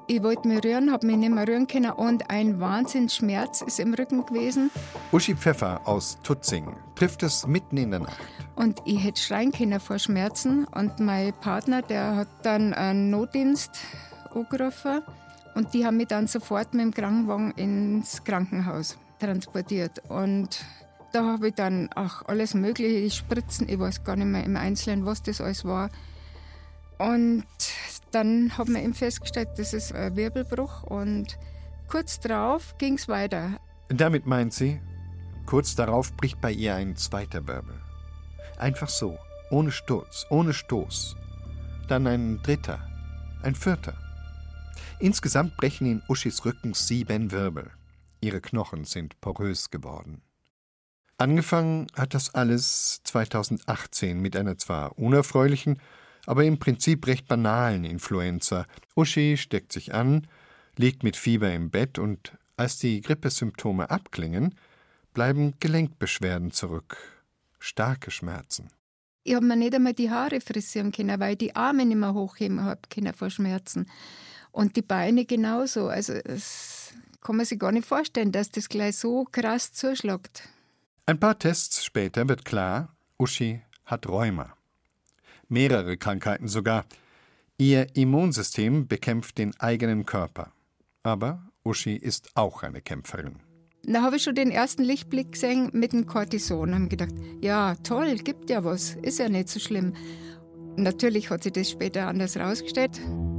Ich wollte mich rühren, habe mich nicht mehr rühren können und ein Wahnsinnsschmerz ist im Rücken gewesen. Uschi Pfeffer aus Tutzing trifft es mitten in der Nacht. Und ich hätte schreien können vor Schmerzen. Und mein Partner, der hat dann einen Notdienst angerufen. Und die haben mich dann sofort mit dem Krankenwagen ins Krankenhaus transportiert. Und da habe ich dann auch alles Mögliche, die Spritzen, ich weiß gar nicht mehr im Einzelnen, was das alles war. Und dann haben wir eben festgestellt, das ist ein Wirbelbruch. Und kurz darauf ging es weiter. Damit meint sie, kurz darauf bricht bei ihr ein zweiter Wirbel. Einfach so, ohne Sturz, ohne Stoß. Dann ein dritter, ein vierter. Insgesamt brechen in Uschis Rücken 7 Wirbel. Ihre Knochen sind porös geworden. Angefangen hat das alles 2018 mit einer zwar unerfreulichen, aber im Prinzip recht banalen Influenza. Uschi steckt sich an, liegt mit Fieber im Bett und als die Grippesymptome abklingen, bleiben Gelenkbeschwerden zurück. Starke Schmerzen. Ich habe mir nicht einmal die Haare frisieren können, weil ich die Arme nicht mehr hochheben habe können vor Schmerzen. Und die Beine genauso. Also das kann man sich gar nicht vorstellen, dass das gleich so krass zuschlägt. Ein paar Tests später wird klar, Uschi hat Rheuma. Mehrere Krankheiten sogar. Ihr Immunsystem bekämpft den eigenen Körper. Aber Uschi ist auch eine Kämpferin. Da habe ich schon den ersten Lichtblick gesehen mit dem Cortison. Da habe ich gedacht, ja toll, gibt ja was, ist ja nicht so schlimm. Natürlich hat sich das später anders herausgestellt.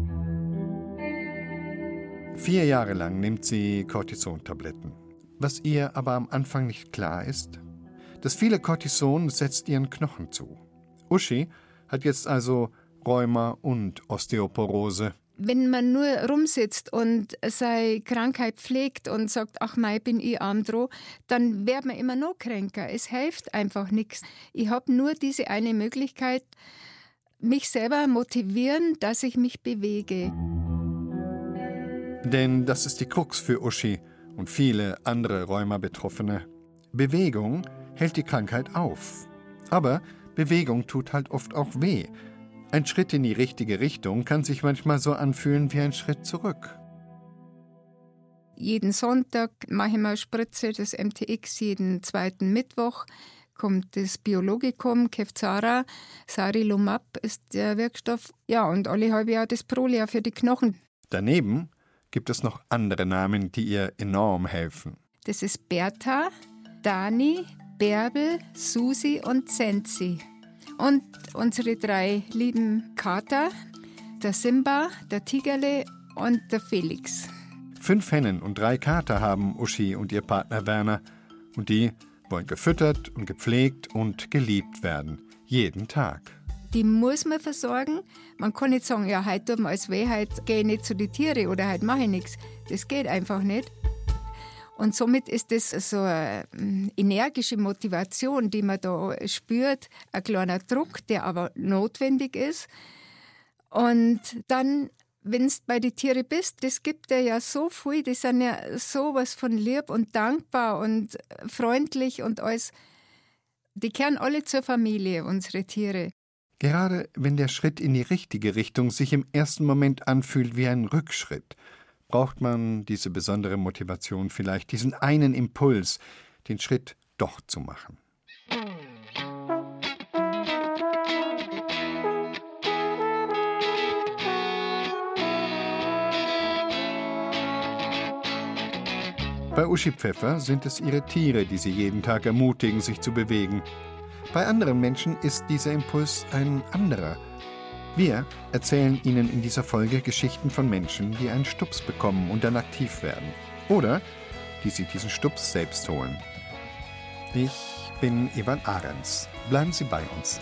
4 Jahre lang nimmt sie Cortisontabletten. Was ihr aber am Anfang nicht klar ist, das viele Cortison setzt ihren Knochen zu. Uschi hat jetzt also Rheuma und Osteoporose. Wenn man nur rumsitzt und seine Krankheit pflegt und sagt, ach mei, bin ich arm dran, dann wird man immer noch kränker. Es hilft einfach nichts. Ich habe nur diese eine Möglichkeit, mich selber motivieren, dass ich mich bewege. Denn das ist die Krux für Uschi und viele andere Rheuma-Betroffene. Bewegung hält die Krankheit auf. Aber Bewegung tut halt oft auch weh. Ein Schritt in die richtige Richtung kann sich manchmal so anfühlen wie ein Schritt zurück. Jeden Sonntag mache ich mal eine Spritze, das MTX, jeden zweiten Mittwoch kommt das Biologikum, Kevzara, Sarilumab ist der Wirkstoff. Ja, und alle halbe Jahr das Prolia für die Knochen. Daneben gibt es noch andere Namen, die ihr enorm helfen. Das ist Bertha, Dani, Bärbel, Susi und Sensi. Und unsere 3 lieben Kater, der Simba, der Tigerle und der Felix. 5 Hennen und 3 Kater haben Uschi und ihr Partner Werner. Und die wollen gefüttert und gepflegt und geliebt werden. Jeden Tag. Die muss man versorgen. Man kann nicht sagen, ja, heute tut mir alles weh, heute gehe ich nicht zu den Tieren oder heute mache ich nichts. Das geht einfach nicht. Und somit ist das so eine energische Motivation, die man da spürt, ein kleiner Druck, der aber notwendig ist. Und dann, wenn du bei den Tieren bist, das gibt dir ja so viel, die sind ja sowas von lieb und dankbar und freundlich und alles. Die gehören alle zur Familie, unsere Tiere. Gerade wenn der Schritt in die richtige Richtung sich im ersten Moment anfühlt wie ein Rückschritt, braucht man diese besondere Motivation vielleicht, diesen einen Impuls, den Schritt doch zu machen. Bei Uschi Pfeffer sind es ihre Tiere, die sie jeden Tag ermutigen, sich zu bewegen. Bei anderen Menschen ist dieser Impuls ein anderer. Wir erzählen Ihnen in dieser Folge Geschichten von Menschen, die einen Stups bekommen und dann aktiv werden. Oder die sich diesen Stups selbst holen. Ich bin Evan Ahrens. Bleiben Sie bei uns.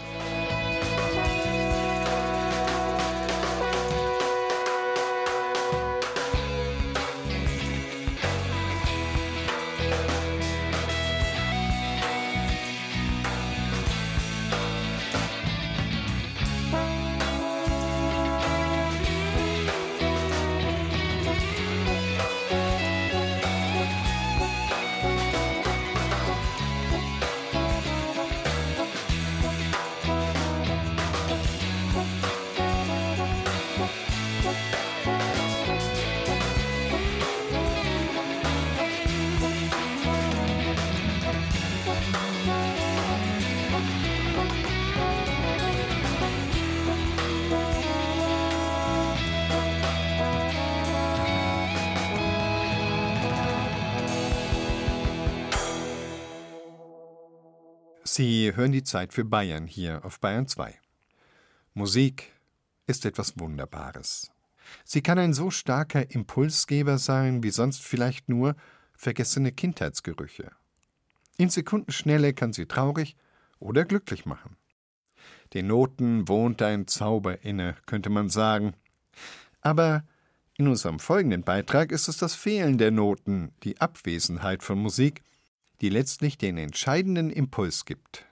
Sie hören die Zeit für Bayern hier auf Bayern 2. Musik ist etwas Wunderbares. Sie kann ein so starker Impulsgeber sein, wie sonst vielleicht nur vergessene Kindheitsgerüche. In Sekundenschnelle kann sie traurig oder glücklich machen. Den Noten wohnt ein Zauber inne, könnte man sagen. Aber in unserem folgenden Beitrag ist es das Fehlen der Noten, die Abwesenheit von Musik, die letztlich den entscheidenden Impuls gibt.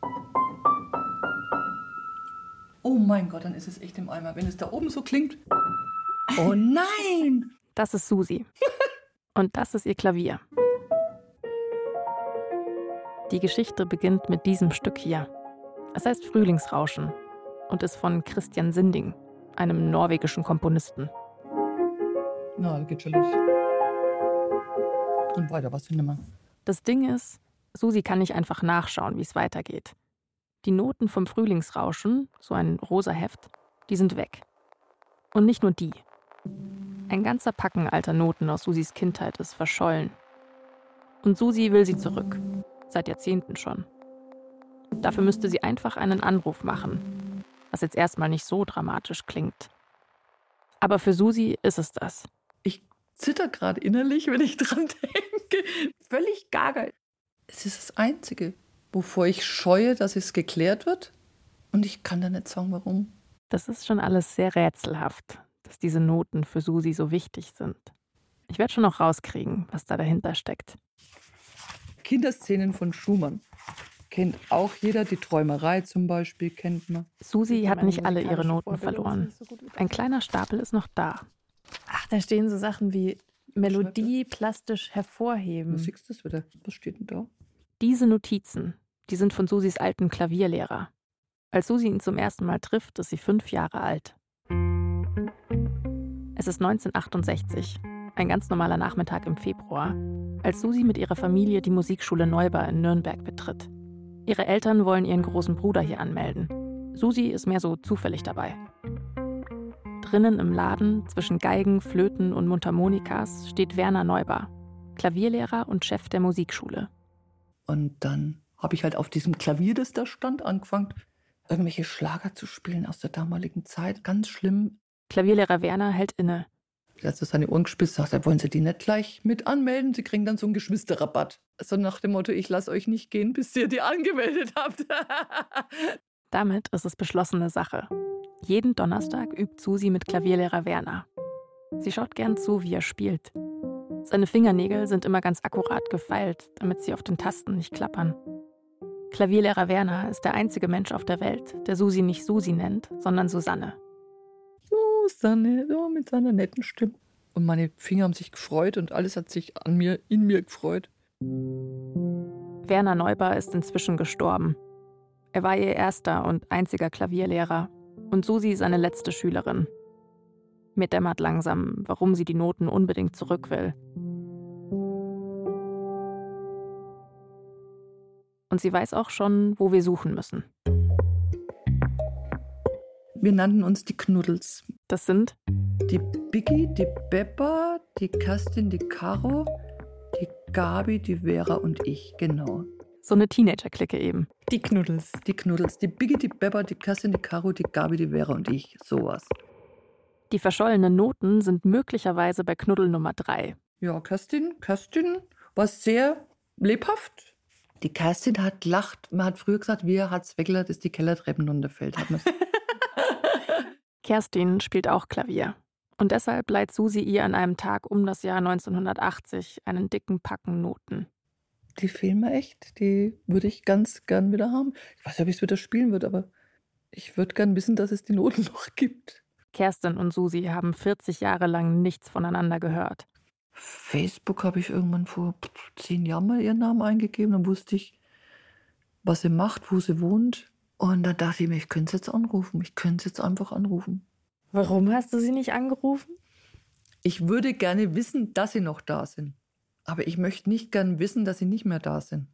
Oh mein Gott, dann ist es echt im Eimer, wenn es da oben so klingt. Oh nein! Das ist Susi. Und das ist ihr Klavier. Die Geschichte beginnt mit diesem Stück hier. Es heißt Frühlingsrauschen und ist von Christian Sinding, einem norwegischen Komponisten. Na, da geht schon los. Und weiter, was denn immer? Das Ding ist, Susi kann nicht einfach nachschauen, wie es weitergeht. Die Noten vom Frühlingsrauschen, so ein rosa Heft, die sind weg. Und nicht nur die. Ein ganzer Packen alter Noten aus Susis Kindheit ist verschollen. Und Susi will sie zurück. Seit Jahrzehnten schon. Dafür müsste sie einfach einen Anruf machen. Was jetzt erstmal nicht so dramatisch klingt. Aber für Susi ist es das. Ich zitter gerade innerlich, wenn ich dran denke. Völlig gaga. Es ist das Einzige, wovor ich scheue, dass es geklärt wird. Und ich kann da nicht sagen, warum. Das ist schon alles sehr rätselhaft, dass diese Noten für Susi so wichtig sind. Ich werde schon noch rauskriegen, was da dahinter steckt. Kinderszenen von Schumann. Kennt auch jeder, die Träumerei zum Beispiel kennt man. Susi hat nicht alle ihre Noten verloren. Ein kleiner Stapel ist noch da. Ach, da stehen so Sachen wie Melodie plastisch hervorheben. Was siehst du das wieder? Was steht denn da? Diese Notizen, die sind von Susis alten Klavierlehrer. Als Susi ihn zum ersten Mal trifft, ist sie 5 Jahre alt. Es ist 1968, ein ganz normaler Nachmittag im Februar, als Susi mit ihrer Familie die Musikschule Neubar in Nürnberg betritt. Ihre Eltern wollen ihren großen Bruder hier anmelden. Susi ist mehr so zufällig dabei. Drinnen im Laden, zwischen Geigen, Flöten und Mundharmonikas, steht Werner Neubar, Klavierlehrer und Chef der Musikschule. Und dann habe ich halt auf diesem Klavier, das da stand, angefangen, irgendwelche Schlager zu spielen aus der damaligen Zeit. Ganz schlimm. Klavierlehrer Werner hält inne. Als er seine Ohren gespitzt hat, wollen Sie die nicht gleich mit anmelden? Sie kriegen dann so einen Geschwisterrabatt. So nach dem Motto, ich lasse euch nicht gehen, bis ihr die angemeldet habt. Damit ist es beschlossene Sache. Jeden Donnerstag übt Susi mit Klavierlehrer Werner. Sie schaut gern zu, wie er spielt. Seine Fingernägel sind immer ganz akkurat gefeilt, damit sie auf den Tasten nicht klappern. Klavierlehrer Werner ist der einzige Mensch auf der Welt, der Susi nicht Susi nennt, sondern Susanne. Susanne, so mit seiner netten Stimme. Und meine Finger haben sich gefreut und alles hat sich in mir gefreut. Werner Neubar ist inzwischen gestorben. Er war ihr erster und einziger Klavierlehrer und Susi seine letzte Schülerin. Mir dämmert langsam, warum sie die Noten unbedingt zurück will. Und sie weiß auch schon, wo wir suchen müssen. Wir nannten uns die Knuddels. Das sind die Biggie, die Beppa, die Kerstin, die Caro, die Gabi, die Vera und ich, genau. So eine Teenager-Clique eben. Die Knuddels. Die Knuddels. Die Biggie, die Beppa, die Kerstin, die Caro, die Gabi, die Vera und ich. Sowas. Die verschollenen Noten sind möglicherweise bei Knuddel Nummer 3. Ja, Kerstin war sehr lebhaft. Die Kerstin hat gelacht. Man hat früher gesagt, wer hat's weggelacht, dass die Kellertreppen runterfällt. Kerstin spielt auch Klavier. Und deshalb leiht Susi ihr an einem Tag um das Jahr 1980 einen dicken Packen Noten. Die fehlen mir echt. Die würde ich ganz gern wieder haben. Ich weiß nicht, ob ich es wieder spielen würde, aber ich würde gern wissen, dass es die Noten noch gibt. Kerstin und Susi haben 40 Jahre lang nichts voneinander gehört. Facebook habe ich irgendwann vor 10 Jahren mal ihren Namen eingegeben. Dann wusste ich, was sie macht, wo sie wohnt. Und dann dachte ich mir, ich könnte es jetzt anrufen. Ich könnte es jetzt einfach anrufen. Warum hast du sie nicht angerufen? Ich würde gerne wissen, dass sie noch da sind. Aber ich möchte nicht gern wissen, dass sie nicht mehr da sind.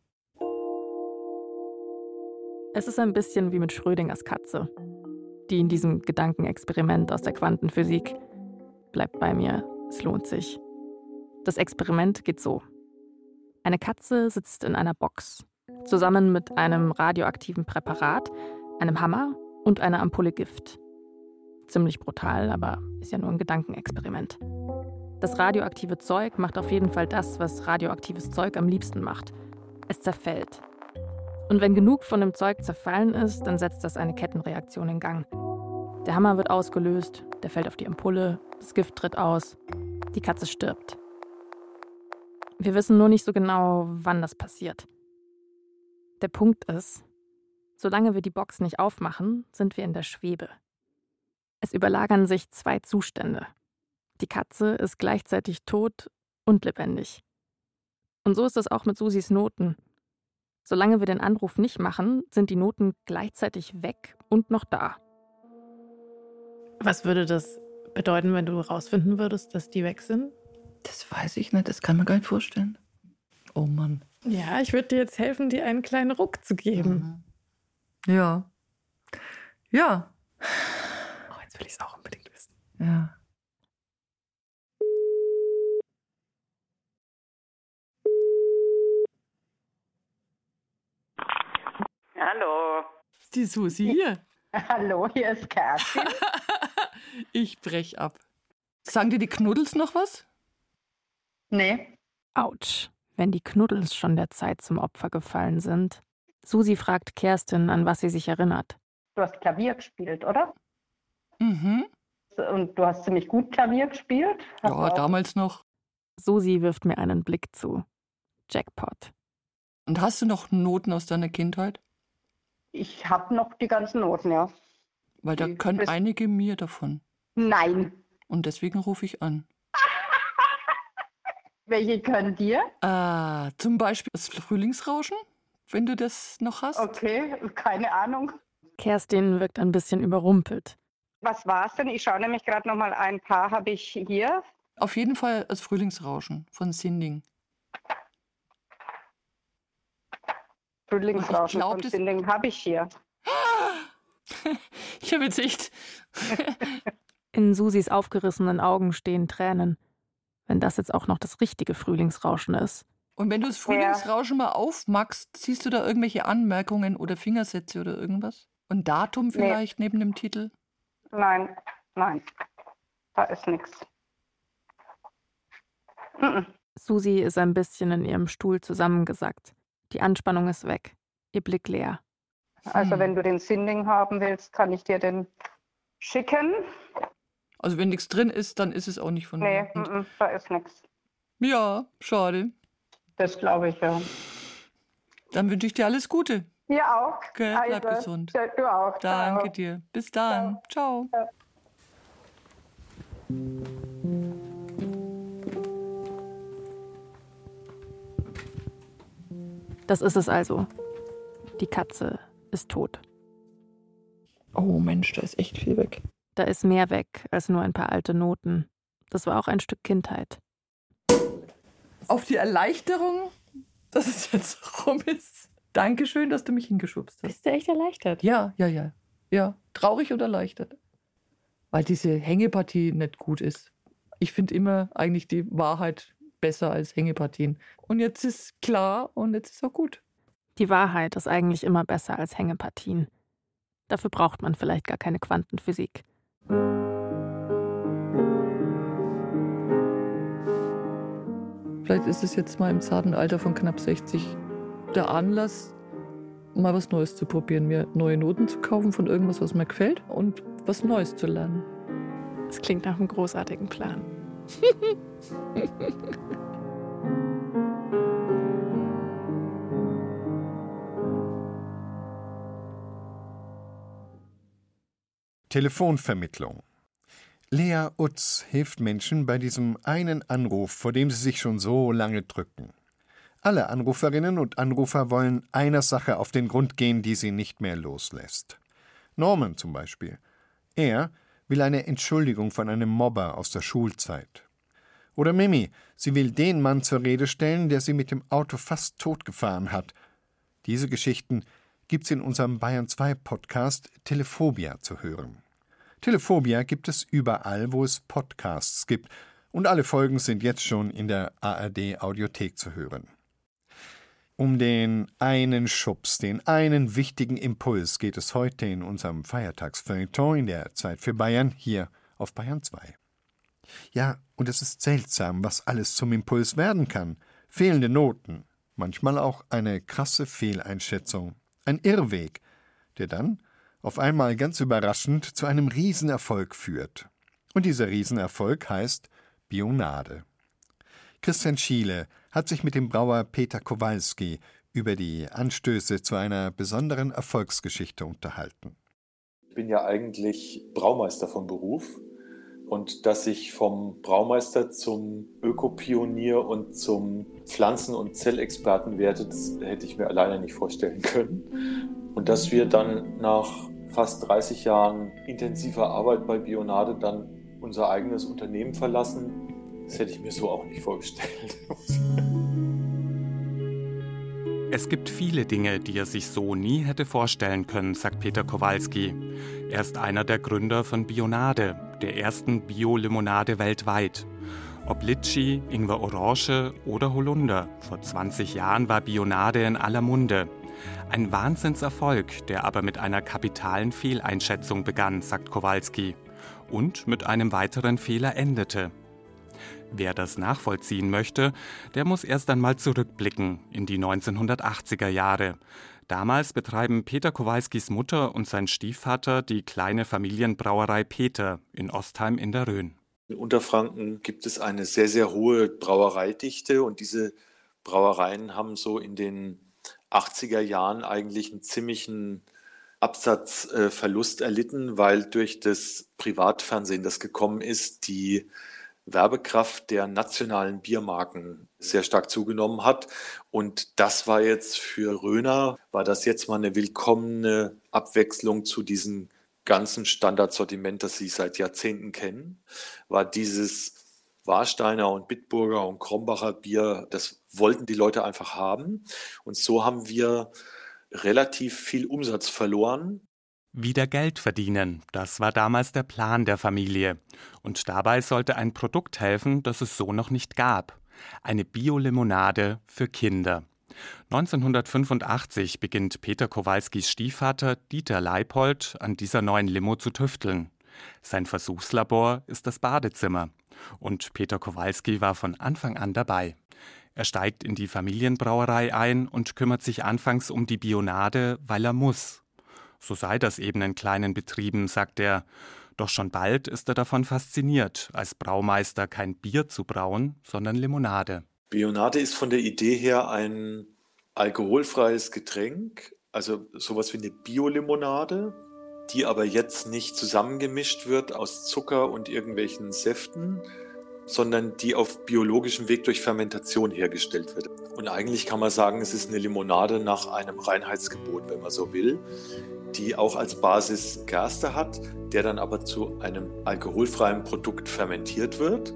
Es ist ein bisschen wie mit Schrödingers Katze, die in diesem Gedankenexperiment aus der Quantenphysik. Bleibt bei mir, es lohnt sich. Das Experiment geht so. Eine Katze sitzt in einer Box. Zusammen mit einem radioaktiven Präparat, einem Hammer und einer Ampulle Gift. Ziemlich brutal, aber ist ja nur ein Gedankenexperiment. Das radioaktive Zeug macht auf jeden Fall das, was radioaktives Zeug am liebsten macht. Es zerfällt. Und wenn genug von dem Zeug zerfallen ist, dann setzt das eine Kettenreaktion in Gang. Der Hammer wird ausgelöst, der fällt auf die Ampulle, das Gift tritt aus, die Katze stirbt. Wir wissen nur nicht so genau, wann das passiert. Der Punkt ist, solange wir die Box nicht aufmachen, sind wir in der Schwebe. Es überlagern sich 2 Zustände. Die Katze ist gleichzeitig tot und lebendig. Und so ist es auch mit Susis Noten. Solange wir den Anruf nicht machen, sind die Noten gleichzeitig weg und noch da. Was würde das bedeuten, wenn du rausfinden würdest, dass die weg sind? Das weiß ich nicht, das kann man gar nicht vorstellen. Oh Mann. Ja, ich würde dir jetzt helfen, dir einen kleinen Ruck zu geben. Ja. Ja. Oh, jetzt will ich es auch unbedingt wissen. Ja. Hallo. Ist die Susi hier? Hallo, hier ist Kerstin. Ich brech ab. Sagen dir die Knuddels noch was? Nee. Autsch, wenn die Knuddels schon der Zeit zum Opfer gefallen sind. Susi fragt Kerstin, an was sie sich erinnert. Du hast Klavier gespielt, oder? Mhm. Und du hast ziemlich gut Klavier gespielt? Hast du Ja, auch- damals noch. Susi wirft mir einen Blick zu. Jackpot. Und hast du noch Noten aus deiner Kindheit? Ich habe noch die ganzen Noten, ja. Weil da Die können bist- einige mir davon. Nein. Und deswegen rufe ich an. Welche können dir? Zum Beispiel das Frühlingsrauschen, wenn du das noch hast. Okay, keine Ahnung. Kerstin wirkt ein bisschen überrumpelt. Was war's denn? Ich schaue nämlich gerade noch mal ein paar habe ich hier. Auf jeden Fall das Frühlingsrauschen von Sinding. Frühlingsrauschen glaub, von das- Sinding habe ich hier. Ich habe jetzt echt... In Susis aufgerissenen Augen stehen Tränen. Wenn das jetzt auch noch das richtige Frühlingsrauschen ist. Und wenn du das Frühlingsrauschen mal aufmachst, siehst du da irgendwelche Anmerkungen oder Fingersätze oder irgendwas? Und Datum vielleicht neben dem Titel? Nein, da ist nichts. Susi ist ein bisschen in ihrem Stuhl zusammengesackt. Die Anspannung ist weg. Ihr Blick leer. Also wenn du den Sinding haben willst, kann ich dir den schicken. Also wenn nichts drin ist, dann ist es auch nicht von Nee, mir. Und da ist nichts. ja, schade. Das glaube ich, ja. Dann wünsche ich dir alles Gute. Ihr auch. Gell, bleib gesund. Ja, du auch. Danke Ciao. dir. Bis dann. Ciao. Das ist es also. Die Katze ist tot. Oh Mensch, da ist echt viel weg. Da ist mehr weg als nur ein paar alte Noten. Das war auch ein Stück Kindheit. Auf die Erleichterung, dass es jetzt rum ist. Dankeschön, dass du mich hingeschubst hast. Bist du echt erleichtert? Ja. Ja, traurig und erleichtert. Weil diese Hängepartie nicht gut ist. Ich finde immer eigentlich die Wahrheit besser als Hängepartien. Und jetzt ist klar und jetzt ist auch gut. Die Wahrheit ist eigentlich immer besser als Hängepartien. Dafür braucht man vielleicht gar keine Quantenphysik. Vielleicht ist es jetzt mal im zarten Alter von knapp 60 der Anlass, mal was Neues zu probieren, mir neue Noten zu kaufen von irgendwas, was mir gefällt und was Neues zu lernen. Das klingt nach einem großartigen Plan. Telefonvermittlung. Lea Utz hilft Menschen bei diesem einen Anruf, vor dem sie sich schon so lange drücken. Alle Anruferinnen und Anrufer wollen einer Sache auf den Grund gehen, die sie nicht mehr loslässt. Norman zum Beispiel. Er will eine Entschuldigung von einem Mobber aus der Schulzeit. Oder Mimi, sie will den Mann zur Rede stellen, der sie mit dem Auto fast totgefahren hat. Diese Geschichten gibt's in unserem Bayern 2 Podcast Telephobia zu hören. Telephobia gibt es überall, wo es Podcasts gibt, und alle Folgen sind jetzt schon in der ARD Audiothek zu hören. Um den einen Schubs, den einen wichtigen Impuls geht es heute in unserem Feiertagsfeuilleton in der Zeit für Bayern hier auf Bayern 2. Ja, und es ist seltsam, was alles zum Impuls werden kann. Fehlende Noten, manchmal auch eine krasse Fehleinschätzung, ein Irrweg, der dann auf einmal ganz überraschend zu einem Riesenerfolg führt. Und dieser Riesenerfolg heißt Bionade. Christian Schiele hat sich mit dem Brauer Peter Kowalski über die Anstöße zu einer besonderen Erfolgsgeschichte unterhalten. Ich bin ja eigentlich Braumeister von Beruf. Und dass ich vom Braumeister zum Ökopionier und zum Pflanzen- und Zellexperten werde, das hätte ich mir alleine nicht vorstellen können. Und dass wir dann nach fast 30 Jahren intensiver Arbeit bei Bionade dann unser eigenes Unternehmen verlassen, das hätte ich mir so auch nicht vorgestellt. Es gibt viele Dinge, die er sich so nie hätte vorstellen können, sagt Peter Kowalski. Er ist einer der Gründer von Bionade, der ersten Bio-Limonade weltweit. Ob Litschi, Ingwer Orange oder Holunder, vor 20 Jahren war Bionade in aller Munde. Ein Wahnsinnserfolg, der aber mit einer kapitalen Fehleinschätzung begann, sagt Kowalski. Und mit einem weiteren Fehler endete. Wer das nachvollziehen möchte, der muss erst einmal zurückblicken in die 1980er Jahre. Damals betreiben Peter Kowalskis Mutter und sein Stiefvater die kleine Familienbrauerei Peter in Ostheim in der Rhön. In Unterfranken gibt es eine sehr, sehr hohe Brauereidichte und diese Brauereien haben so in den 80er Jahren eigentlich einen ziemlichen Absatzverlust erlitten, weil durch das Privatfernsehen, das gekommen ist, die Werbekraft der nationalen Biermarken sehr stark zugenommen hat. Und das war jetzt für Röner, war das jetzt mal eine willkommene Abwechslung zu diesem ganzen Standardsortiment, das sie seit Jahrzehnten kennen, war dieses Warsteiner und Bitburger und Krombacher Bier, das wollten die Leute einfach haben. Und so haben wir relativ viel Umsatz verloren. Wieder Geld verdienen, das war damals der Plan der Familie. Und dabei sollte ein Produkt helfen, das es so noch nicht gab. Eine Bio-Limonade für Kinder. 1985 beginnt Peter Kowalskis Stiefvater Dieter Leipold an dieser neuen Limo zu tüfteln. Sein Versuchslabor ist das Badezimmer. Und Peter Kowalski war von Anfang an dabei. Er steigt in die Familienbrauerei ein und kümmert sich anfangs um die Bionade, weil er muss. So sei das eben in kleinen Betrieben, sagt er. Doch schon bald ist er davon fasziniert, als Braumeister kein Bier zu brauen, sondern Limonade. Bionade ist von der Idee her ein alkoholfreies Getränk, also sowas wie eine Bio-Limonade, die aber jetzt nicht zusammengemischt wird aus Zucker und irgendwelchen Säften, sondern die auf biologischem Weg durch Fermentation hergestellt wird. Und eigentlich kann man sagen, es ist eine Limonade nach einem Reinheitsgebot, wenn man so will, die auch als Basis Gerste hat, der dann aber zu einem alkoholfreien Produkt fermentiert wird.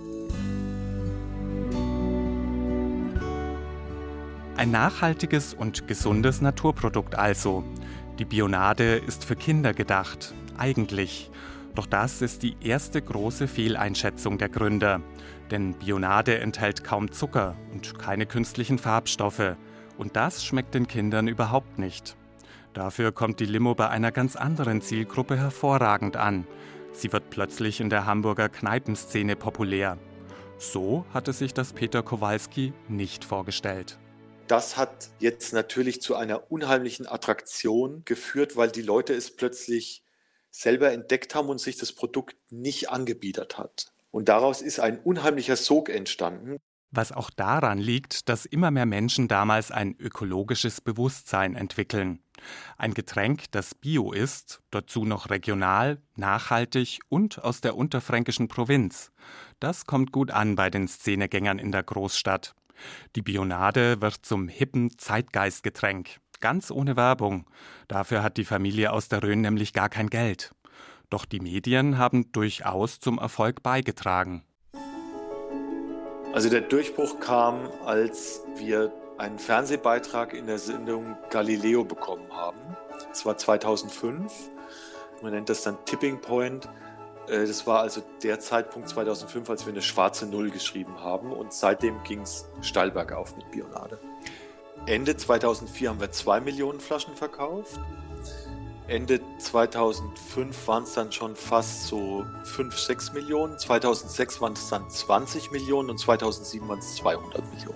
Ein nachhaltiges und gesundes Naturprodukt also. Die Bionade ist für Kinder gedacht, eigentlich. Doch das ist die erste große Fehleinschätzung der Gründer. Denn Bionade enthält kaum Zucker und keine künstlichen Farbstoffe. Und das schmeckt den Kindern überhaupt nicht. Dafür kommt die Limo bei einer ganz anderen Zielgruppe hervorragend an. Sie wird plötzlich in der Hamburger Kneipenszene populär. So hatte sich das Peter Kowalski nicht vorgestellt. Das hat jetzt natürlich zu einer unheimlichen Attraktion geführt, weil die Leute es plötzlich selber entdeckt haben und sich das Produkt nicht angebiedert hat. Und daraus ist ein unheimlicher Sog entstanden. Was auch daran liegt, dass immer mehr Menschen damals ein ökologisches Bewusstsein entwickeln. Ein Getränk, das bio ist, dazu noch regional, nachhaltig und aus der unterfränkischen Provinz. Das kommt gut an bei den Szenegängern in der Großstadt. Die Bionade wird zum hippen Zeitgeistgetränk, ganz ohne Werbung. Dafür hat die Familie aus der Rhön nämlich gar kein Geld. Doch die Medien haben durchaus zum Erfolg beigetragen. Also der Durchbruch kam, als wir einen Fernsehbeitrag in der Sendung Galileo bekommen haben. Das war 2005. Man nennt das dann Tipping Point. Das war also der Zeitpunkt 2005, als wir eine schwarze Null geschrieben haben. Und seitdem ging es steil bergauf mit Bionade. Ende 2004 haben wir 2 Millionen Flaschen verkauft. Ende 2005 waren es dann schon fast so 5, 6 Millionen. 2006 waren es dann 20 Millionen und 2007 waren es 200 Millionen.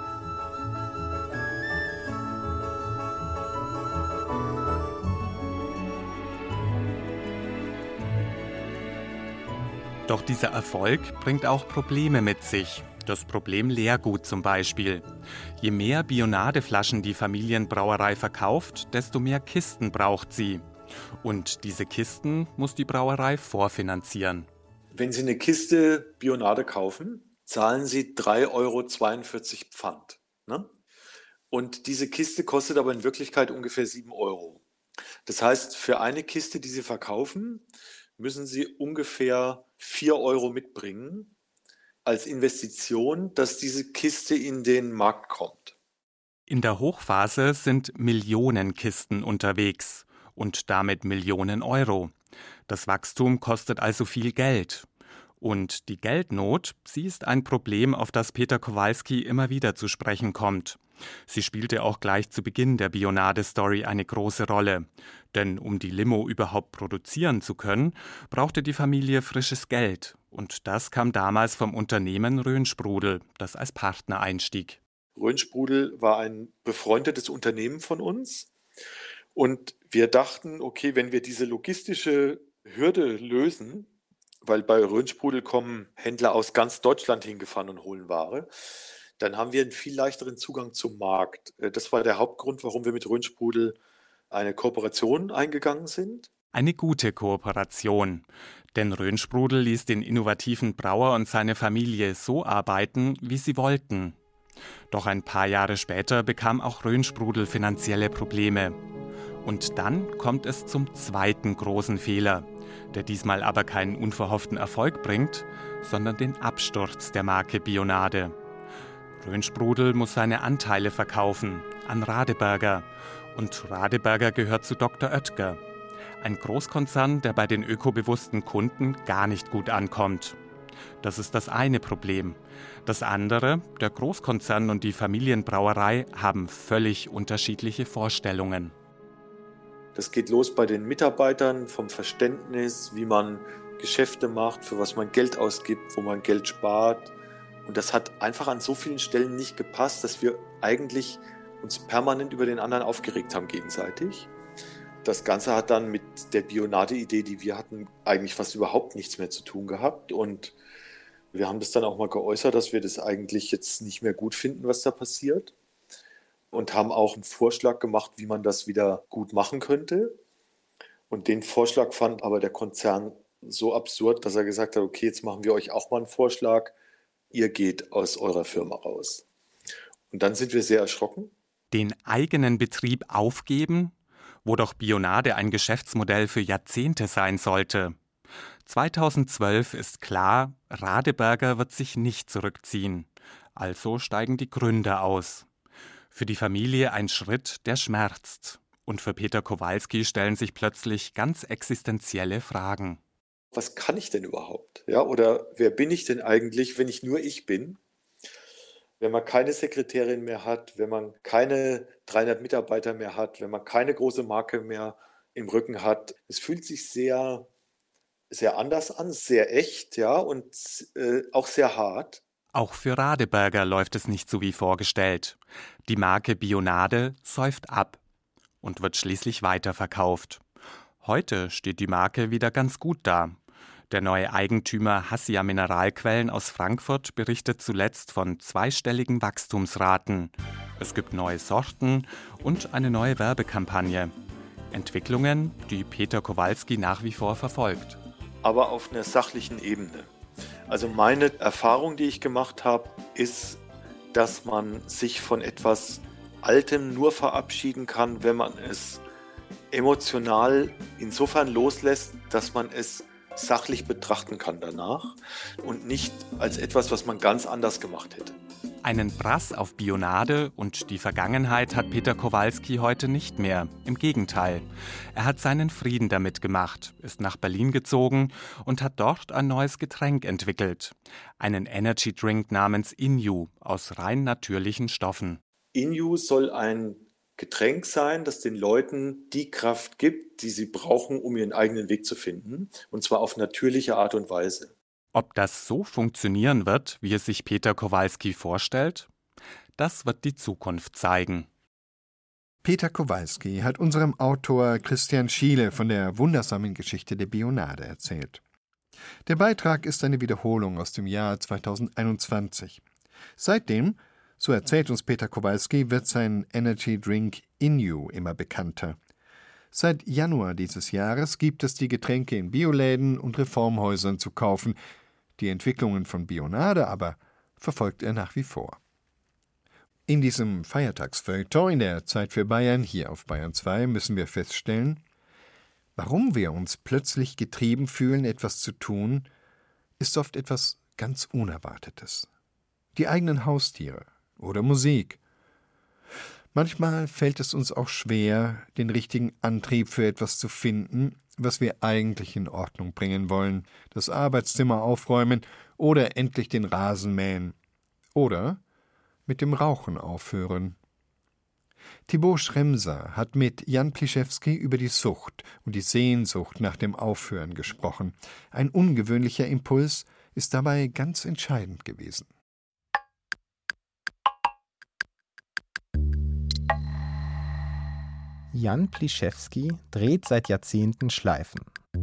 Doch dieser Erfolg bringt auch Probleme mit sich. Das Problem Leergut zum Beispiel. Je mehr Bionadeflaschen die Familienbrauerei verkauft, desto mehr Kisten braucht sie. Und diese Kisten muss die Brauerei vorfinanzieren. Wenn Sie eine Kiste Bionade kaufen, zahlen Sie 3,42 € Pfand. Ne? Und diese Kiste kostet aber in Wirklichkeit ungefähr 7 €. Das heißt, für eine Kiste, die Sie verkaufen, müssen Sie ungefähr 4 € mitbringen als Investition, dass diese Kiste in den Markt kommt. In der Hochphase sind Millionen Kisten unterwegs und damit Millionen Euro. Das Wachstum kostet also viel Geld. Und die Geldnot, sie ist ein Problem, auf das Peter Kowalski immer wieder zu sprechen kommt. Sie spielte auch gleich zu Beginn der Bionade-Story eine große Rolle. Denn um die Limo überhaupt produzieren zu können, brauchte die Familie frisches Geld. Und das kam damals vom Unternehmen Rhönsprudel, das als Partner einstieg. Rhönsprudel war ein befreundetes Unternehmen von uns. Und wir dachten, okay, wenn wir diese logistische Hürde lösen, weil bei Rhönsprudel kommen Händler aus ganz Deutschland hingefahren und holen Ware, dann haben wir einen viel leichteren Zugang zum Markt. Das war der Hauptgrund, warum wir mit Rhönsprudel eine Kooperation eingegangen sind. Eine gute Kooperation. Denn Rhönsprudel ließ den innovativen Brauer und seine Familie so arbeiten, wie sie wollten. Doch ein paar Jahre später bekam auch Rhönsprudel finanzielle Probleme. Und dann kommt es zum zweiten großen Fehler, der diesmal aber keinen unverhofften Erfolg bringt, sondern den Absturz der Marke Bionade. Rhönsprudel muss seine Anteile verkaufen an Radeberger. Und Radeberger gehört zu Dr. Oetker. Ein Großkonzern, der bei den ökobewussten Kunden gar nicht gut ankommt. Das ist das eine Problem. Das andere, der Großkonzern und die Familienbrauerei haben völlig unterschiedliche Vorstellungen. Das geht los bei den Mitarbeitern vom Verständnis, wie man Geschäfte macht, für was man Geld ausgibt, wo man Geld spart. Und das hat einfach an so vielen Stellen nicht gepasst, dass wir eigentlich uns permanent über den anderen aufgeregt haben gegenseitig. Das Ganze hat dann mit der Bionade-Idee, die wir hatten, eigentlich fast überhaupt nichts mehr zu tun gehabt. Und wir haben das dann auch mal geäußert, dass wir das eigentlich jetzt nicht mehr gut finden, was da passiert. Und haben auch einen Vorschlag gemacht, wie man das wieder gut machen könnte. Und den Vorschlag fand aber der Konzern so absurd, dass er gesagt hat, okay, jetzt machen wir euch auch mal einen Vorschlag. Ihr geht aus eurer Firma raus. Und dann sind wir sehr erschrocken. Den eigenen Betrieb aufgeben, wo doch Bionade ein Geschäftsmodell für Jahrzehnte sein sollte. 2012 ist klar, Radeberger wird sich nicht zurückziehen. Also steigen die Gründer aus. Für die Familie ein Schritt, der schmerzt. Und für Peter Kowalski stellen sich plötzlich ganz existenzielle Fragen. Was kann ich denn überhaupt? Ja, oder wer bin ich denn eigentlich, wenn ich nur ich bin? Wenn man keine Sekretärin mehr hat, wenn man keine 300 Mitarbeiter mehr hat, wenn man keine große Marke mehr im Rücken hat. Es fühlt sich sehr, sehr anders an, sehr echt, ja, und auch sehr hart. Auch für Radeberger läuft es nicht so wie vorgestellt. Die Marke Bionade säuft ab und wird schließlich weiterverkauft. Heute steht die Marke wieder ganz gut da. Der neue Eigentümer Hassia Mineralquellen aus Frankfurt berichtet zuletzt von zweistelligen Wachstumsraten. Es gibt neue Sorten und eine neue Werbekampagne. Entwicklungen, die Peter Kowalski nach wie vor verfolgt. Aber auf einer sachlichen Ebene. Also meine Erfahrung, die ich gemacht habe, ist, dass man sich von etwas Altem nur verabschieden kann, wenn man es emotional insofern loslässt, dass man es sachlich betrachten kann danach und nicht als etwas, was man ganz anders gemacht hätte. Einen Brass auf Bionade und die Vergangenheit hat Peter Kowalski heute nicht mehr. Im Gegenteil. Er hat seinen Frieden damit gemacht, ist nach Berlin gezogen und hat dort ein neues Getränk entwickelt. Einen Energy Drink namens Inju aus rein natürlichen Stoffen. Inju soll ein Getränk sein, das den Leuten die Kraft gibt, die sie brauchen, um ihren eigenen Weg zu finden, und zwar auf natürliche Art und Weise. Ob das so funktionieren wird, wie es sich Peter Kowalski vorstellt, das wird die Zukunft zeigen. Peter Kowalski hat unserem Autor Christian Schiele von der wundersamen Geschichte der Bionade erzählt. Der Beitrag ist eine Wiederholung aus dem Jahr 2021. Seitdem, so erzählt uns Peter Kowalski, wird sein Energy Drink Inju immer bekannter. Seit Januar dieses Jahres gibt es die Getränke in Bioläden und Reformhäusern zu kaufen. Die Entwicklungen von Bionade aber verfolgt er nach wie vor. In diesem Feiertagsfeuilleton in der Zeit für Bayern hier auf Bayern 2 müssen wir feststellen, warum wir uns plötzlich getrieben fühlen, etwas zu tun, ist oft etwas ganz Unerwartetes. Die eigenen Haustiere oder Musik. Manchmal fällt es uns auch schwer, den richtigen Antrieb für etwas zu finden, was wir eigentlich in Ordnung bringen wollen, das Arbeitszimmer aufräumen oder endlich den Rasen mähen. Oder mit dem Rauchen aufhören. Thibaut Schremser hat mit Jan Pliszewski über die Sucht und die Sehnsucht nach dem Aufhören gesprochen. Ein ungewöhnlicher Impuls ist dabei ganz entscheidend gewesen. Jan Pliszewski dreht seit Jahrzehnten Schleifen.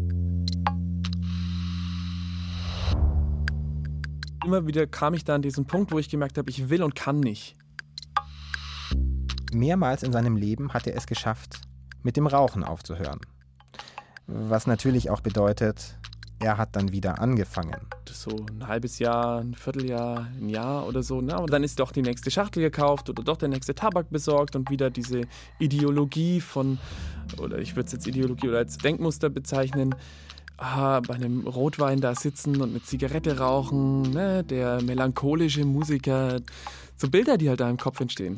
Immer wieder kam ich da an diesen Punkt, wo ich gemerkt habe, ich will und kann nicht. Mehrmals in seinem Leben hat er es geschafft, mit dem Rauchen aufzuhören. Was natürlich auch bedeutet, er hat dann wieder angefangen. So ein halbes Jahr, ein Vierteljahr, ein Jahr oder so. Und dann ist doch die nächste Schachtel gekauft oder doch der nächste Tabak besorgt und wieder diese Ideologie von, oder ich würde es jetzt Ideologie oder als Denkmuster bezeichnen, bei einem Rotwein da sitzen und eine Zigarette rauchen, ne, der melancholische Musiker. So Bilder, die halt da im Kopf entstehen.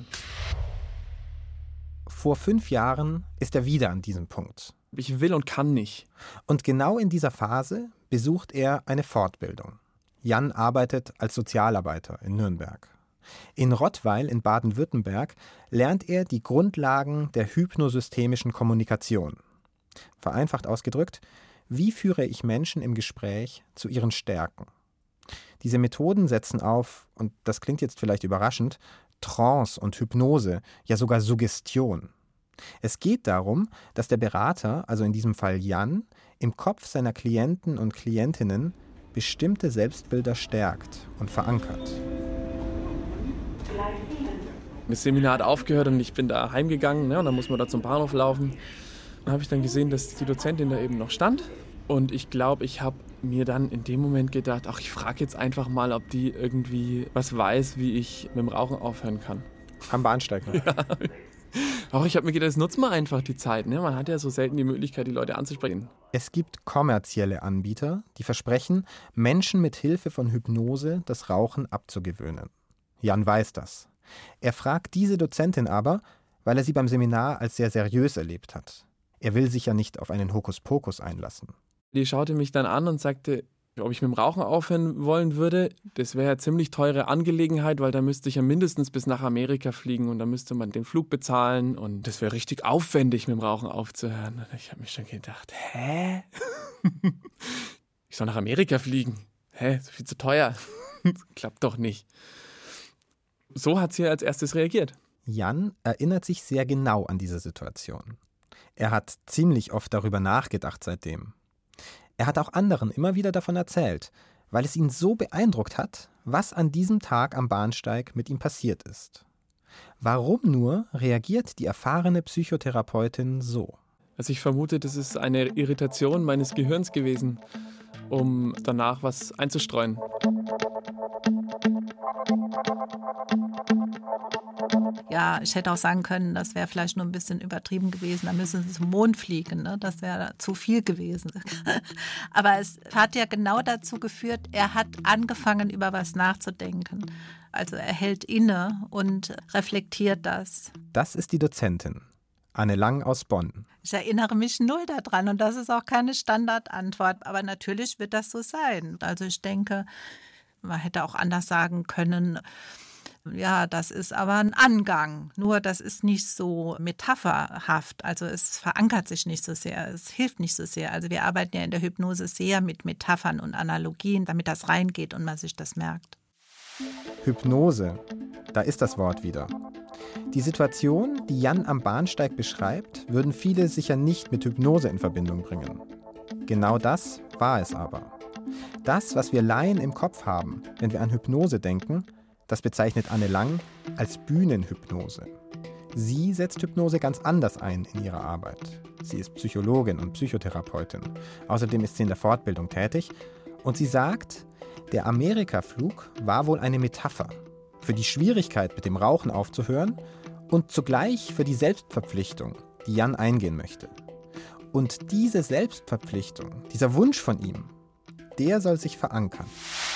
Vor 5 Jahren ist er wieder an diesem Punkt. Ich will und kann nicht. Und genau in dieser Phase besucht er eine Fortbildung. Jan arbeitet als Sozialarbeiter in Nürnberg. In Rottweil in Baden-Württemberg lernt er die Grundlagen der hypnosystemischen Kommunikation. Vereinfacht ausgedrückt, wie führe ich Menschen im Gespräch zu ihren Stärken? Diese Methoden setzen auf, und das klingt jetzt vielleicht überraschend, Trance und Hypnose, ja sogar Suggestion. Es geht darum, dass der Berater, also in diesem Fall Jan, im Kopf seiner Klienten und Klientinnen bestimmte Selbstbilder stärkt und verankert. Das Seminar hat aufgehört und ich bin da heimgegangen, ne, und dann muss man da zum Bahnhof laufen. Dann habe ich dann gesehen, dass die Dozentin da eben noch stand. Und ich glaube, ich habe mir dann in dem Moment gedacht, ach, ich frage jetzt einfach mal, ob die irgendwie was weiß, wie ich mit dem Rauchen aufhören kann. Am Bahnsteig noch. Ja. Auch ich habe mir gedacht, das nutzt man einfach die Zeit. Ne? Man hat ja so selten die Möglichkeit, die Leute anzusprechen. Es gibt kommerzielle Anbieter, die versprechen, Menschen mit Hilfe von Hypnose das Rauchen abzugewöhnen. Jan weiß das. Er fragt diese Dozentin aber, weil er sie beim Seminar als sehr seriös erlebt hat. Er will sich ja nicht auf einen Hokuspokus einlassen. Die schaute mich dann an und sagte, ob ich mit dem Rauchen aufhören wollen würde. Das wäre ja ziemlich teure Angelegenheit, weil da müsste ich ja mindestens bis nach Amerika fliegen und da müsste man den Flug bezahlen und das wäre richtig aufwendig, mit dem Rauchen aufzuhören. Und ich habe mir schon gedacht, hä? Ich soll nach Amerika fliegen? Hä? So viel zu teuer. Klappt doch nicht. So hat sie als erstes reagiert. Jan erinnert sich sehr genau an diese Situation. Er hat ziemlich oft darüber nachgedacht seitdem. Er hat auch anderen immer wieder davon erzählt, weil es ihn so beeindruckt hat, was an diesem Tag am Bahnsteig mit ihm passiert ist. Warum nur reagiert die erfahrene Psychotherapeutin so? Also ich vermute, das ist eine Irritation meines Gehirns gewesen, um danach was einzustreuen. Ja, ich hätte auch sagen können, das wäre vielleicht nur ein bisschen übertrieben gewesen. Da müssen sie zum Mond fliegen, ne? Das wäre zu viel gewesen. Aber es hat ja genau dazu geführt, er hat angefangen, über was nachzudenken. Also er hält inne und reflektiert das. Das ist die Dozentin, Anne Lang aus Bonn. Ich erinnere mich null daran und das ist auch keine Standardantwort. Aber natürlich wird das so sein. Also ich denke, man hätte auch anders sagen können, Ja, das ist aber ein Angang. Nur das ist nicht so metapherhaft. Also es verankert sich nicht so sehr. Es hilft nicht so sehr. Also wir arbeiten ja in der Hypnose sehr mit Metaphern und Analogien, damit das reingeht und man sich das merkt. Hypnose, da ist das Wort wieder. Die Situation, die Jan am Bahnsteig beschreibt, würden viele sicher nicht mit Hypnose in Verbindung bringen. Genau das war es aber. Das, was wir Laien im Kopf haben, wenn wir an Hypnose denken, das bezeichnet Anne Lang als Bühnenhypnose. Sie setzt Hypnose ganz anders ein in ihrer Arbeit. Sie ist Psychologin und Psychotherapeutin. Außerdem ist sie in der Fortbildung tätig. Und sie sagt, der Amerikaflug war wohl eine Metapher für die Schwierigkeit, mit dem Rauchen aufzuhören und zugleich für die Selbstverpflichtung, die Jan eingehen möchte. Und diese Selbstverpflichtung, dieser Wunsch von ihm, der soll sich verankern.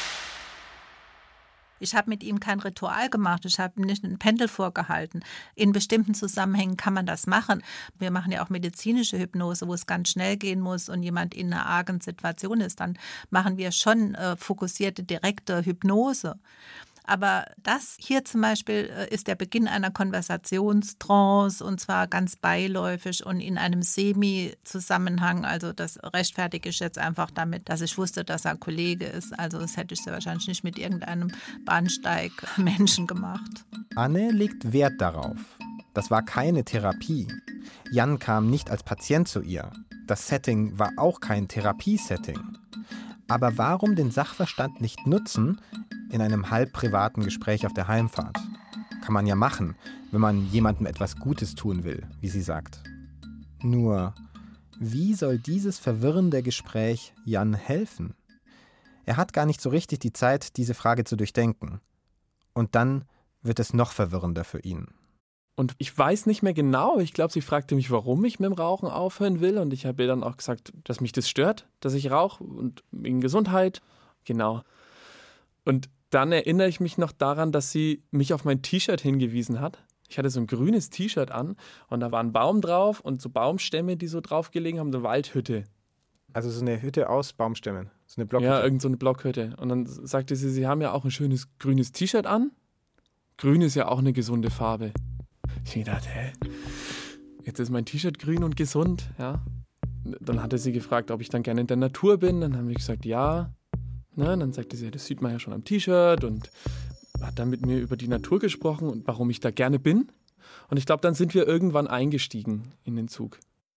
Ich habe mit ihm kein Ritual gemacht, ich habe ihm nicht ein Pendel vorgehalten. In bestimmten Zusammenhängen kann man das machen. Wir machen ja auch medizinische Hypnose, wo es ganz schnell gehen muss und jemand in einer argen Situation ist. Dann machen wir schon fokussierte, direkte Hypnose. Aber das hier zum Beispiel ist der Beginn einer Konversationstrance und zwar ganz beiläufig und in einem Semi-Zusammenhang. Also das rechtfertige ich jetzt einfach damit, dass ich wusste, dass er ein Kollege ist. Also das hätte ich sehr wahrscheinlich nicht mit irgendeinem Bahnsteig-Menschen gemacht. Anne legt Wert darauf. Das war keine Therapie. Jan kam nicht als Patient zu ihr. Das Setting war auch kein Therapiesetting. Aber warum den Sachverstand nicht nutzen in einem halb privaten Gespräch auf der Heimfahrt? Kann man ja machen, wenn man jemandem etwas Gutes tun will, wie sie sagt. Nur, wie soll dieses verwirrende Gespräch Jan helfen? Er hat gar nicht so richtig die Zeit, diese Frage zu durchdenken. Und dann wird es noch verwirrender für ihn. Und ich weiß nicht mehr genau, ich glaube, sie fragte mich, warum ich mit dem Rauchen aufhören will. Und ich habe ihr dann auch gesagt, dass mich das stört, dass ich rauche und wegen Gesundheit. Genau. Und dann erinnere ich mich noch daran, dass sie mich auf mein T-Shirt hingewiesen hat. Ich hatte so ein grünes T-Shirt an und da war ein Baum drauf und so Baumstämme, die so drauf gelegen haben, eine Waldhütte. Also so eine Hütte aus Baumstämmen, so eine Blockhütte? Ja, irgend so eine Blockhütte. Und dann sagte sie, sie haben ja auch ein schönes grünes T-Shirt an. Grün ist ja auch eine gesunde Farbe. Ich habe gedacht, jetzt ist mein T-Shirt grün und gesund. Ja. Dann hatte sie gefragt, ob ich dann gerne in der Natur bin. Dann haben wir gesagt, ja. Na, dann sagte sie, das sieht man ja schon am T-Shirt und hat dann mit mir über die Natur gesprochen und warum ich da gerne bin. Und ich glaube, dann sind wir irgendwann eingestiegen in den Zug.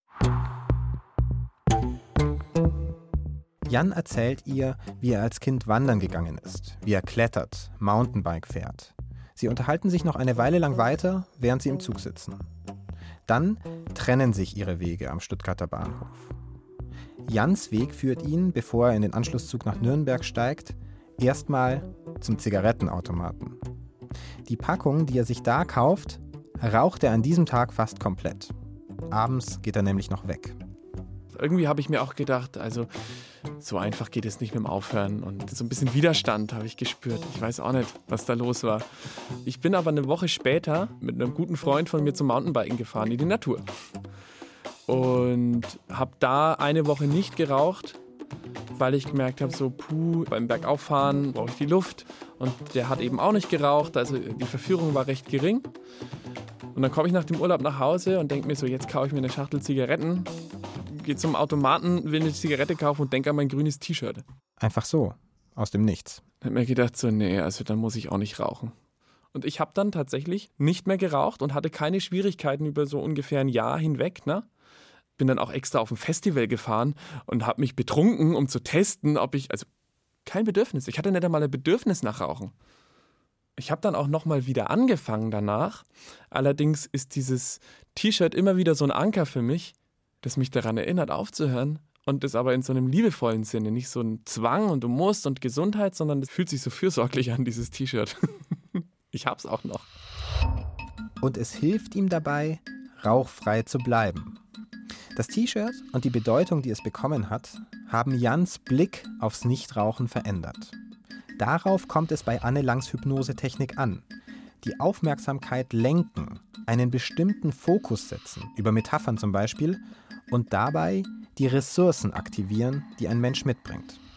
Jan erzählt ihr, wie er als Kind wandern gegangen ist, wie er klettert, Mountainbike fährt. Sie unterhalten sich noch eine Weile lang weiter, während sie im Zug sitzen. Dann trennen sich ihre Wege am Stuttgarter Bahnhof. Jans Weg führt ihn, bevor er in den Anschlusszug nach Nürnberg steigt, erstmal zum Zigarettenautomaten. Die Packung, die er sich da kauft, raucht er an diesem Tag fast komplett. Abends geht er nämlich noch weg. Irgendwie habe ich mir auch gedacht, also so einfach geht es nicht mit dem Aufhören. Und so ein bisschen Widerstand habe ich gespürt. Ich weiß auch nicht, was da los war. Ich bin aber eine Woche später mit einem guten Freund von mir zum Mountainbiken gefahren in die Natur. Und habe da eine Woche nicht geraucht, weil ich gemerkt habe, so beim Bergauffahren brauche ich die Luft. Und der hat eben auch nicht geraucht, also die Verführung war recht gering. Und dann komme ich nach dem Urlaub nach Hause und denke mir so, jetzt kaufe ich mir eine Schachtel Zigaretten, gehe zum Automaten, will eine Zigarette kaufen und denke an mein grünes T-Shirt. Einfach so, aus dem Nichts. Ich habe mir gedacht, so nee, also dann muss ich auch nicht rauchen. Und ich habe dann tatsächlich nicht mehr geraucht und hatte keine Schwierigkeiten über so ungefähr ein Jahr hinweg, ne? Bin dann auch extra auf ein Festival gefahren und habe mich betrunken, um zu testen, ob ich, also kein Bedürfnis. Ich hatte nicht einmal ein Bedürfnis nach Rauchen. Ich habe dann auch nochmal wieder angefangen danach. Allerdings ist dieses T-Shirt immer wieder so ein Anker für mich, das mich daran erinnert, aufzuhören. Und das aber in so einem liebevollen Sinne. Nicht so ein Zwang und du musst und Gesundheit, sondern es fühlt sich so fürsorglich an, dieses T-Shirt. Ich hab's auch noch. Und es hilft ihm dabei, rauchfrei zu bleiben. Das T-Shirt und die Bedeutung, die es bekommen hat, haben Jans Blick aufs Nichtrauchen verändert. Darauf kommt es bei Anne Langs Hypnosetechnik an. Die Aufmerksamkeit lenken, einen bestimmten Fokus setzen, über Metaphern zum Beispiel, und dabei die Ressourcen aktivieren, die ein Mensch mitbringt.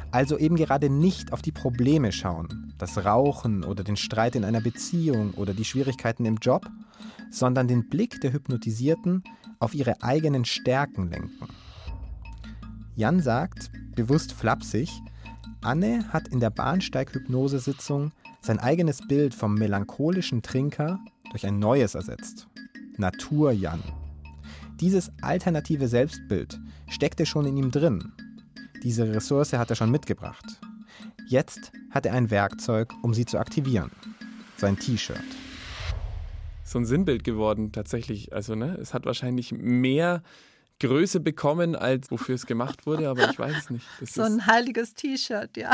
Also eben gerade nicht auf die Probleme schauen, das Rauchen oder den Streit in einer Beziehung oder die Schwierigkeiten im Job, sondern den Blick der Hypnotisierten auf ihre eigenen Stärken lenken. Jan sagt, bewusst flapsig, Anne hat in der Bahnsteig-Hypnosesitzung sein eigenes Bild vom melancholischen Trinker durch ein neues ersetzt. Natur-Jan. Dieses alternative Selbstbild steckte schon in ihm drin. Diese Ressource hat er schon mitgebracht. Jetzt hat er ein Werkzeug, um sie zu aktivieren. Sein T-Shirt. So ein Sinnbild geworden tatsächlich. Also es hat wahrscheinlich mehr Größe bekommen, als wofür es gemacht wurde, aber ich weiß es nicht. So ein heiliges T-Shirt, ja.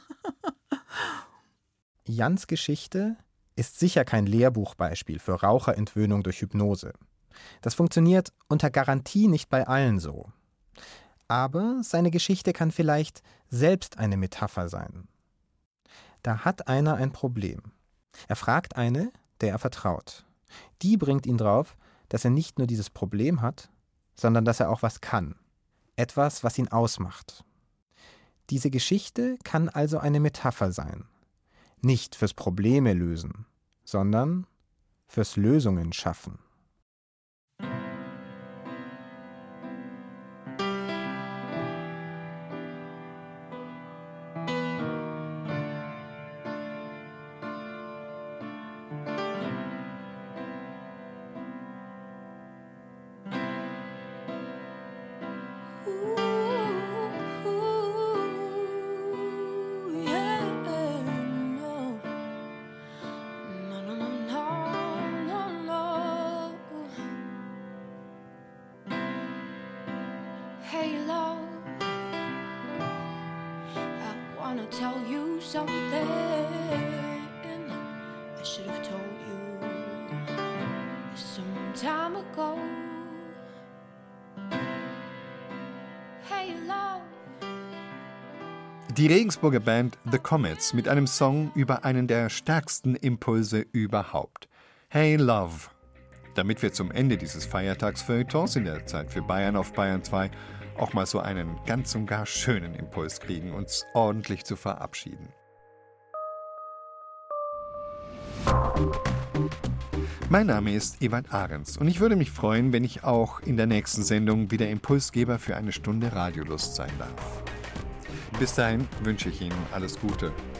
Jans Geschichte ist sicher kein Lehrbuchbeispiel für Raucherentwöhnung durch Hypnose. Das funktioniert unter Garantie nicht bei allen so. Aber seine Geschichte kann vielleicht selbst eine Metapher sein. Da hat einer ein Problem. Er fragt eine, der er vertraut. Die bringt ihn drauf, dass er nicht nur dieses Problem hat, sondern dass er auch was kann. Etwas, was ihn ausmacht. Diese Geschichte kann also eine Metapher sein. Nicht fürs Probleme lösen, sondern fürs Lösungen schaffen. Hey love, I wanna tell you something I should have told you some time ago. Hey love. Die Regensburger Band The Comets mit einem Song über einen der stärksten Impulse überhaupt. Hey Love. Damit wir zum Ende dieses Feiertagsfeuilletons in der Zeit für Bayern auf Bayern 2 auch mal so einen ganz und gar schönen Impuls kriegen, uns ordentlich zu verabschieden. Mein Name ist Ewald Ahrens und ich würde mich freuen, wenn ich auch in der nächsten Sendung wieder Impulsgeber für eine Stunde Radiolust sein darf. Bis dahin wünsche ich Ihnen alles Gute.